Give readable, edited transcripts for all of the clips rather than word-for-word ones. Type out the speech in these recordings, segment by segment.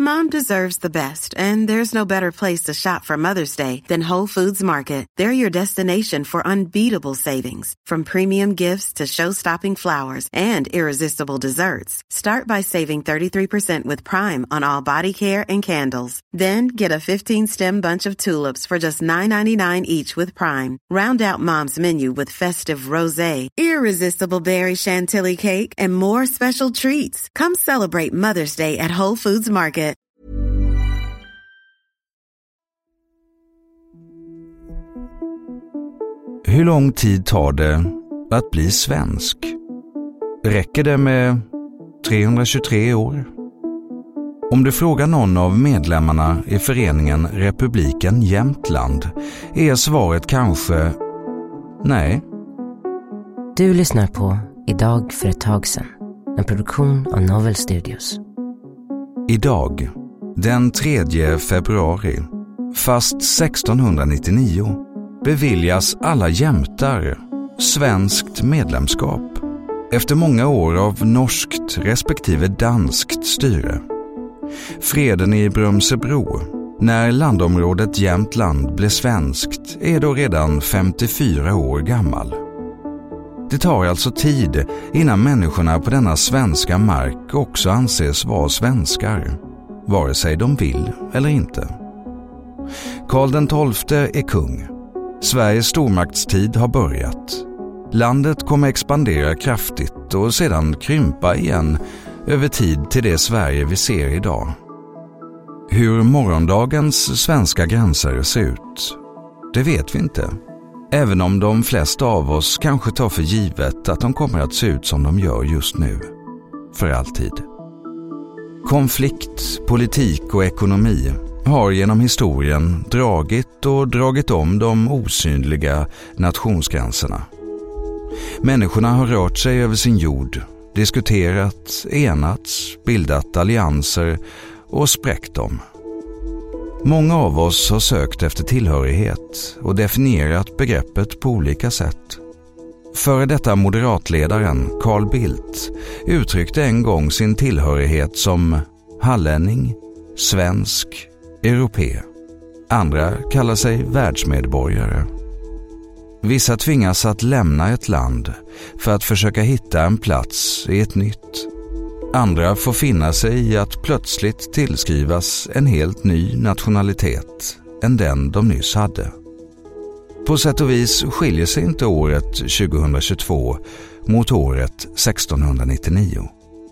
Mom deserves the best, and there's no better place to shop for Mother's Day than Whole Foods Market. They're your destination for unbeatable savings, from premium gifts to show-stopping flowers and irresistible desserts. Start by saving 33% with Prime on all body care and candles. Then get a 15-stem bunch of tulips for just $9.99 each with Prime. Round out Mom's menu with festive rosé, irresistible berry chantilly cake, and more special treats. Come celebrate Mother's Day at Whole Foods Market. Hur lång tid tar det att bli svensk? Räcker det med 323 år? Om du frågar någon av medlemmarna i föreningen Republiken Jämtland är svaret kanske nej. Du lyssnar på Idag för ett tag sedan, en produktion av Novel Studios. Idag, den 3 februari, fast 1699, beviljas alla jämtar svenskt medlemskap efter många år av norskt respektive danskt styre. Freden i Brömsebro, när landområdet Jämtland blev svenskt, är då redan 54 år gammal. Det tar alltså tid innan människorna på denna svenska mark också anses vara svenskar, vare sig de vill eller inte. Karl XII är kung. Sveriges stormaktstid har börjat. Landet kommer expandera kraftigt och sedan krympa igen över tid till det Sverige vi ser idag. Hur morgondagens svenska gränser ser ut, det vet vi inte. Även om de flesta av oss kanske tar för givet att de kommer att se ut som de gör just nu. För alltid. Konflikt, politik och ekonomi har genom historien dragit om de osynliga nationsgränserna. Människorna har rört sig över sin jord, diskuterat, enats, bildat allianser och spräckt dem. Många av oss har sökt efter tillhörighet och definierat begreppet på olika sätt. Före detta moderatledaren Carl Bildt uttryckte en gång sin tillhörighet som hallänning, svensk, europé. Andra kallar sig världsmedborgare. Vissa tvingas att lämna ett land för att försöka hitta en plats i ett nytt. Andra får finna sig i att plötsligt tillskrivas en helt ny nationalitet än den de nyss hade. På sätt och vis skiljer sig inte året 2022 mot året 1699.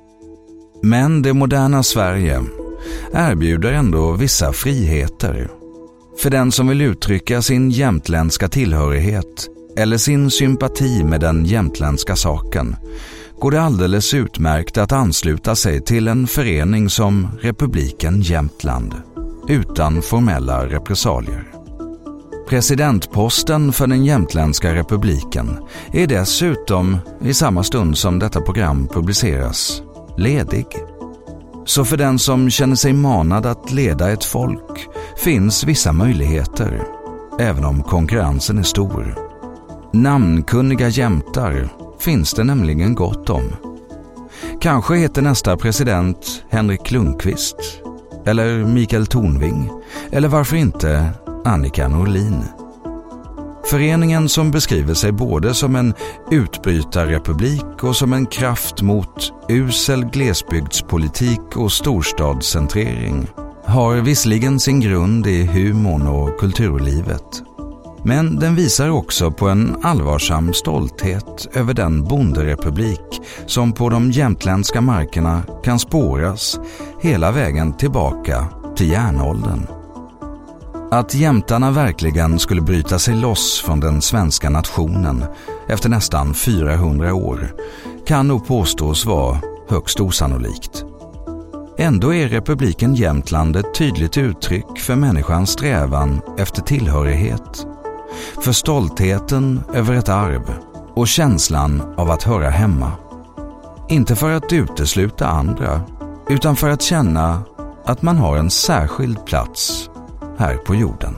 Men det moderna Sverige erbjuder ändå vissa friheter. För den som vill uttrycka sin jämtländska tillhörighet eller sin sympati med den jämtländska saken går det alldeles utmärkt att ansluta sig till en förening som Republiken Jämtland utan formella repressalier. Presidentposten för den jämtländska republiken är dessutom, i samma stund som detta program publiceras, ledig. Så för den som känner sig manad att leda ett folk finns vissa möjligheter, även om konkurrensen är stor. Namnkunniga jämtar finns det nämligen gott om. Kanske heter nästa president Henrik Lundqvist, eller Mikael Tornving, eller varför inte Annika Norlin. Föreningen som beskriver sig både som en utbrytarrepublik och som en kraft mot usel glesbygdspolitik och storstadscentrering har visserligen sin grund i humorn och kulturlivet. Men den visar också på en allvarsam stolthet över den bonderepublik som på de jämtländska markerna kan spåras hela vägen tillbaka till järnåldern. Att jämtarna verkligen skulle bryta sig loss från den svenska nationen efter nästan 400 år kan nog påstås vara högst osannolikt. Ändå är republiken Jämtland ett tydligt uttryck för människans strävan efter tillhörighet, för stoltheten över ett arv och känslan av att höra hemma. Inte för att utesluta andra, utan för att känna att man har en särskild plats här på jorden.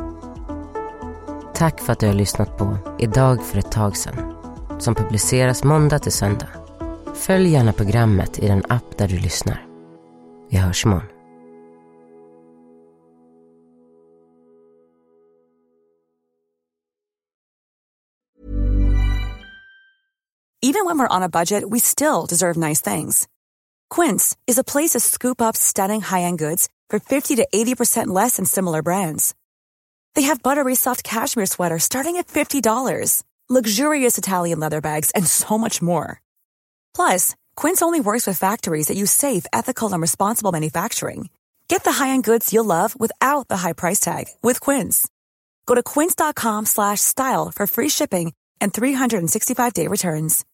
Tack för att du har lyssnat på Idag för ett tag sedan, som publiceras måndag till söndag. Följ gärna programmet i den app där du lyssnar. Vi hörs imorgon. Even when we're on a budget, we still deserve nice things. Quince is a place to scoop up stunning high-end goods for 50 to 80% less than similar brands. They have buttery soft cashmere sweaters starting at $50, luxurious Italian leather bags, and so much more. Plus, Quince only works with factories that use safe, ethical, and responsible manufacturing. Get the high-end goods you'll love without the high price tag with Quince. Go to quince.com/style for free shipping and 365-day returns.